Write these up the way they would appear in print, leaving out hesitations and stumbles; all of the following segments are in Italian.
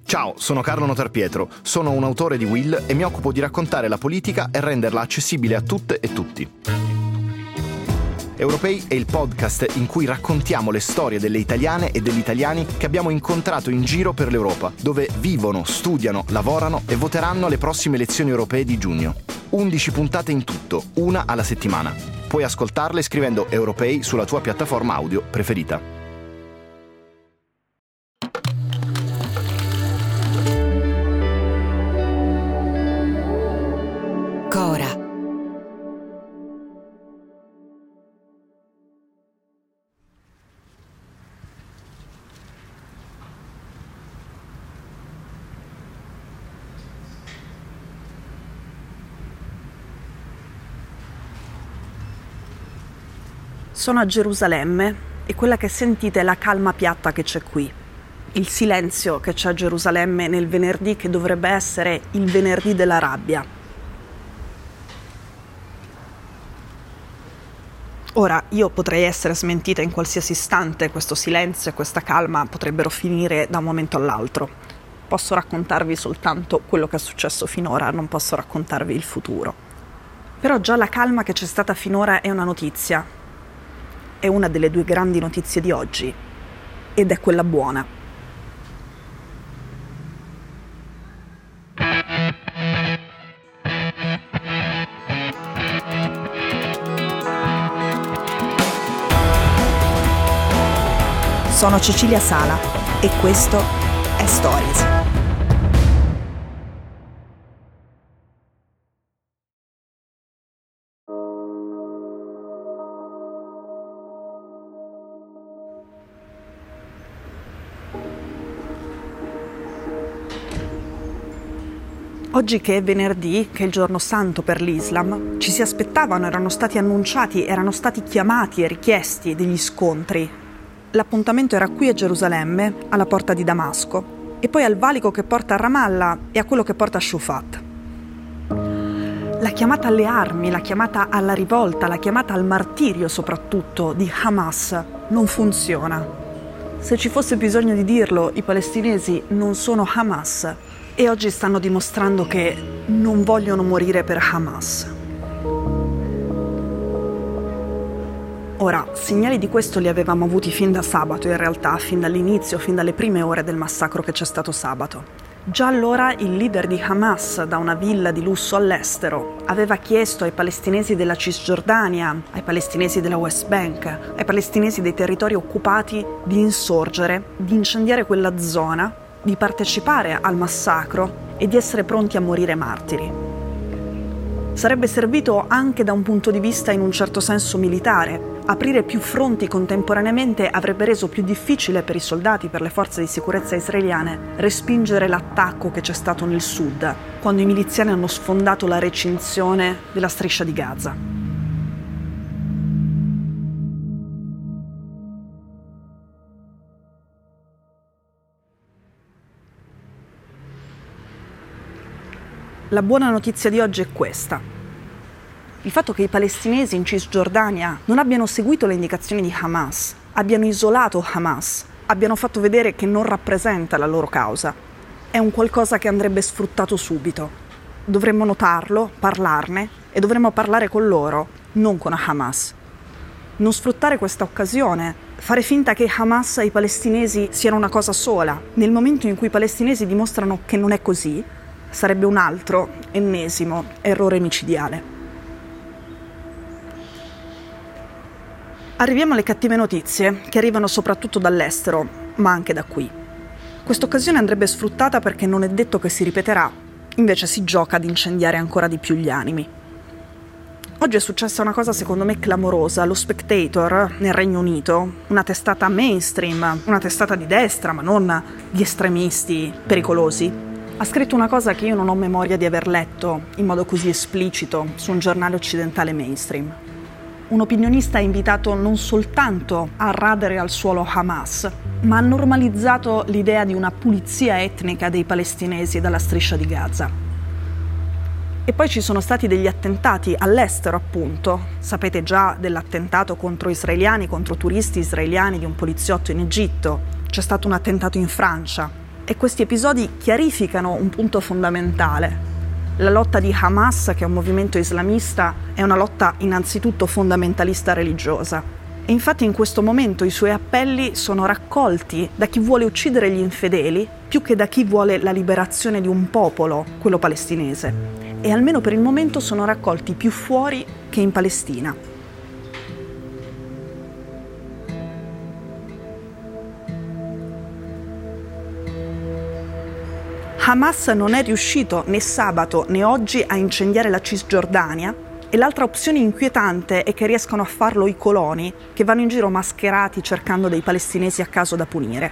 Ciao, sono Carlo Notarpietro, sono un autore di Will e mi occupo di raccontare la politica e renderla accessibile a tutte e tutti. Europei è il podcast in cui raccontiamo le storie delle italiane e degli italiani che abbiamo incontrato in giro per l'Europa, dove vivono, studiano, lavorano e voteranno alle prossime elezioni europee di giugno. 11 puntate in tutto, una alla settimana. Puoi ascoltarle scrivendo Europei sulla tua piattaforma audio preferita. Cora. Sono a Gerusalemme e quella che sentite è la calma piatta che c'è qui. Il silenzio che c'è a Gerusalemme nel venerdì che dovrebbe essere il venerdì della rabbia. Ora, io potrei essere smentita in qualsiasi istante, questo silenzio e questa calma potrebbero finire da un momento all'altro. Posso raccontarvi soltanto quello che è successo finora, non posso raccontarvi il futuro. Però già la calma che c'è stata finora è una notizia. È una delle due grandi notizie di oggi, ed è quella buona. Sono Cecilia Sala e questo è Stories. Oggi che è venerdì, che è il giorno santo per l'Islam, ci si aspettavano, erano stati annunciati, erano stati chiamati e richiesti degli scontri. L'appuntamento era qui a Gerusalemme, alla porta di Damasco, e poi al valico che porta a Ramallah e a quello che porta a Shufat. La chiamata alle armi, la chiamata alla rivolta, la chiamata al martirio soprattutto di Hamas non funziona. Se ci fosse bisogno di dirlo, i palestinesi non sono Hamas e oggi stanno dimostrando che non vogliono morire per Hamas. Ora, segnali di questo li avevamo avuti fin da sabato, in realtà, fin dall'inizio, fin dalle prime ore del massacro che c'è stato sabato. Già allora il leader di Hamas, da una villa di lusso all'estero, aveva chiesto ai palestinesi della Cisgiordania, ai palestinesi della West Bank, ai palestinesi dei territori occupati di insorgere, di incendiare quella zona, di partecipare al massacro e di essere pronti a morire martiri. Sarebbe servito anche da un punto di vista in un certo senso militare. Aprire più fronti contemporaneamente avrebbe reso più difficile per i soldati, per le forze di sicurezza israeliane, respingere l'attacco che c'è stato nel sud, quando i miliziani hanno sfondato la recinzione della striscia di Gaza. La buona notizia di oggi è questa. Il fatto che i palestinesi in Cisgiordania non abbiano seguito le indicazioni di Hamas, abbiano isolato Hamas, abbiano fatto vedere che non rappresenta la loro causa, è un qualcosa che andrebbe sfruttato subito. Dovremmo notarlo, parlarne e dovremmo parlare con loro, non con Hamas. Non sfruttare questa occasione, fare finta che Hamas e i palestinesi siano una cosa sola, nel momento in cui i palestinesi dimostrano che non è così, sarebbe un altro, ennesimo, errore micidiale. Arriviamo alle cattive notizie, che arrivano soprattutto dall'estero, ma anche da qui. Questa occasione andrebbe sfruttata perché non è detto che si ripeterà, invece si gioca ad incendiare ancora di più gli animi. Oggi è successa una cosa secondo me clamorosa. Lo Spectator, nel Regno Unito, una testata mainstream, una testata di destra, ma non di estremisti pericolosi, ha scritto una cosa che io non ho memoria di aver letto in modo così esplicito su un giornale occidentale mainstream. Un opinionista ha invitato non soltanto a radere al suolo Hamas, ma ha normalizzato l'idea di una pulizia etnica dei palestinesi dalla striscia di Gaza. E poi ci sono stati degli attentati all'estero, appunto. Sapete già dell'attentato contro israeliani, contro turisti israeliani di un poliziotto in Egitto. C'è stato un attentato in Francia. E questi episodi chiarificano un punto fondamentale. La lotta di Hamas, che è un movimento islamista, è una lotta innanzitutto fondamentalista religiosa. E infatti in questo momento i suoi appelli sono raccolti da chi vuole uccidere gli infedeli più che da chi vuole la liberazione di un popolo, quello palestinese. E almeno per il momento sono raccolti più fuori che in Palestina. Hamas non è riuscito né sabato né oggi a incendiare la Cisgiordania e l'altra opzione inquietante è che riescano a farlo i coloni che vanno in giro mascherati cercando dei palestinesi a caso da punire.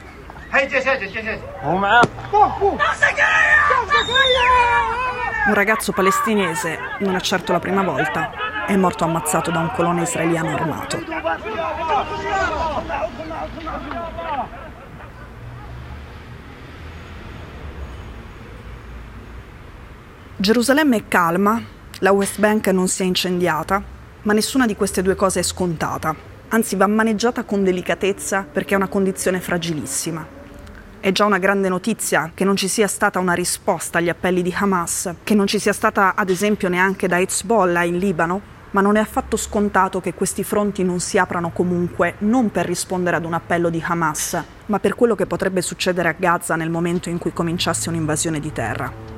Un ragazzo palestinese, non è certo la prima volta, è morto ammazzato da un colone israeliano armato. Gerusalemme è calma, la West Bank non si è incendiata, ma nessuna di queste due cose è scontata, anzi va maneggiata con delicatezza perché è una condizione fragilissima. È già una grande notizia che non ci sia stata una risposta agli appelli di Hamas, che non ci sia stata ad esempio neanche da Hezbollah in Libano, ma non è affatto scontato che questi fronti non si aprano comunque non per rispondere ad un appello di Hamas, ma per quello che potrebbe succedere a Gaza nel momento in cui cominciasse un'invasione di terra.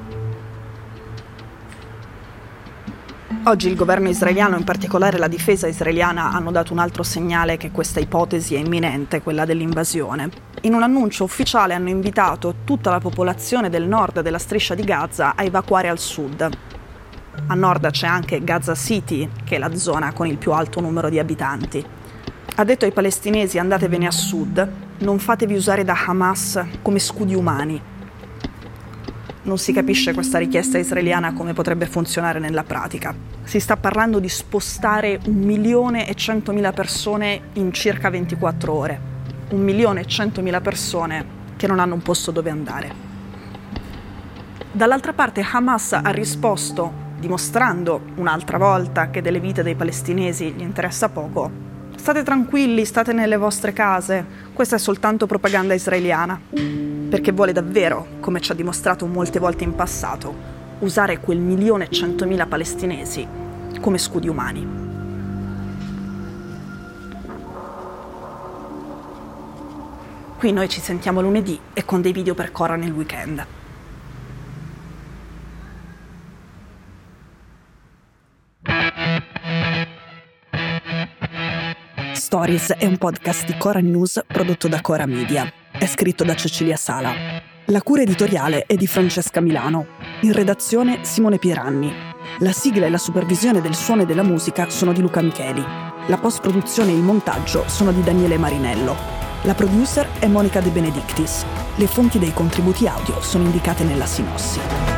Oggi il governo israeliano, in particolare la difesa israeliana, hanno dato un altro segnale che questa ipotesi è imminente, quella dell'invasione. In un annuncio ufficiale hanno invitato tutta la popolazione del nord della striscia di Gaza a evacuare al sud. A nord c'è anche Gaza City, che è la zona con il più alto numero di abitanti. Ha detto ai palestinesi: andatevene a sud, non fatevi usare da Hamas come scudi umani. Non si capisce questa richiesta israeliana come potrebbe funzionare nella pratica. Si sta parlando di spostare 1.100.000 persone in circa 24 ore. 1.100.000 persone che non hanno un posto dove andare. Dall'altra parte Hamas ha risposto, dimostrando un'altra volta che delle vite dei palestinesi gli interessa poco: state tranquilli, state nelle vostre case, questa è soltanto propaganda israeliana. Perché vuole davvero, come ci ha dimostrato molte volte in passato, usare quel 1.100.000 palestinesi come scudi umani. Qui noi ci sentiamo lunedì e con dei video per Cora nel weekend. Stories è un podcast di Cora News prodotto da Cora Media. È scritto da Cecilia Sala. La cura editoriale è di Francesca Milano. In redazione Simone Pieranni. La sigla e la supervisione del suono e della musica sono di Luca Micheli. La post-produzione e il montaggio sono di Daniele Marinello. La producer è Monica De Benedictis. Le fonti dei contributi audio sono indicate nella sinossi.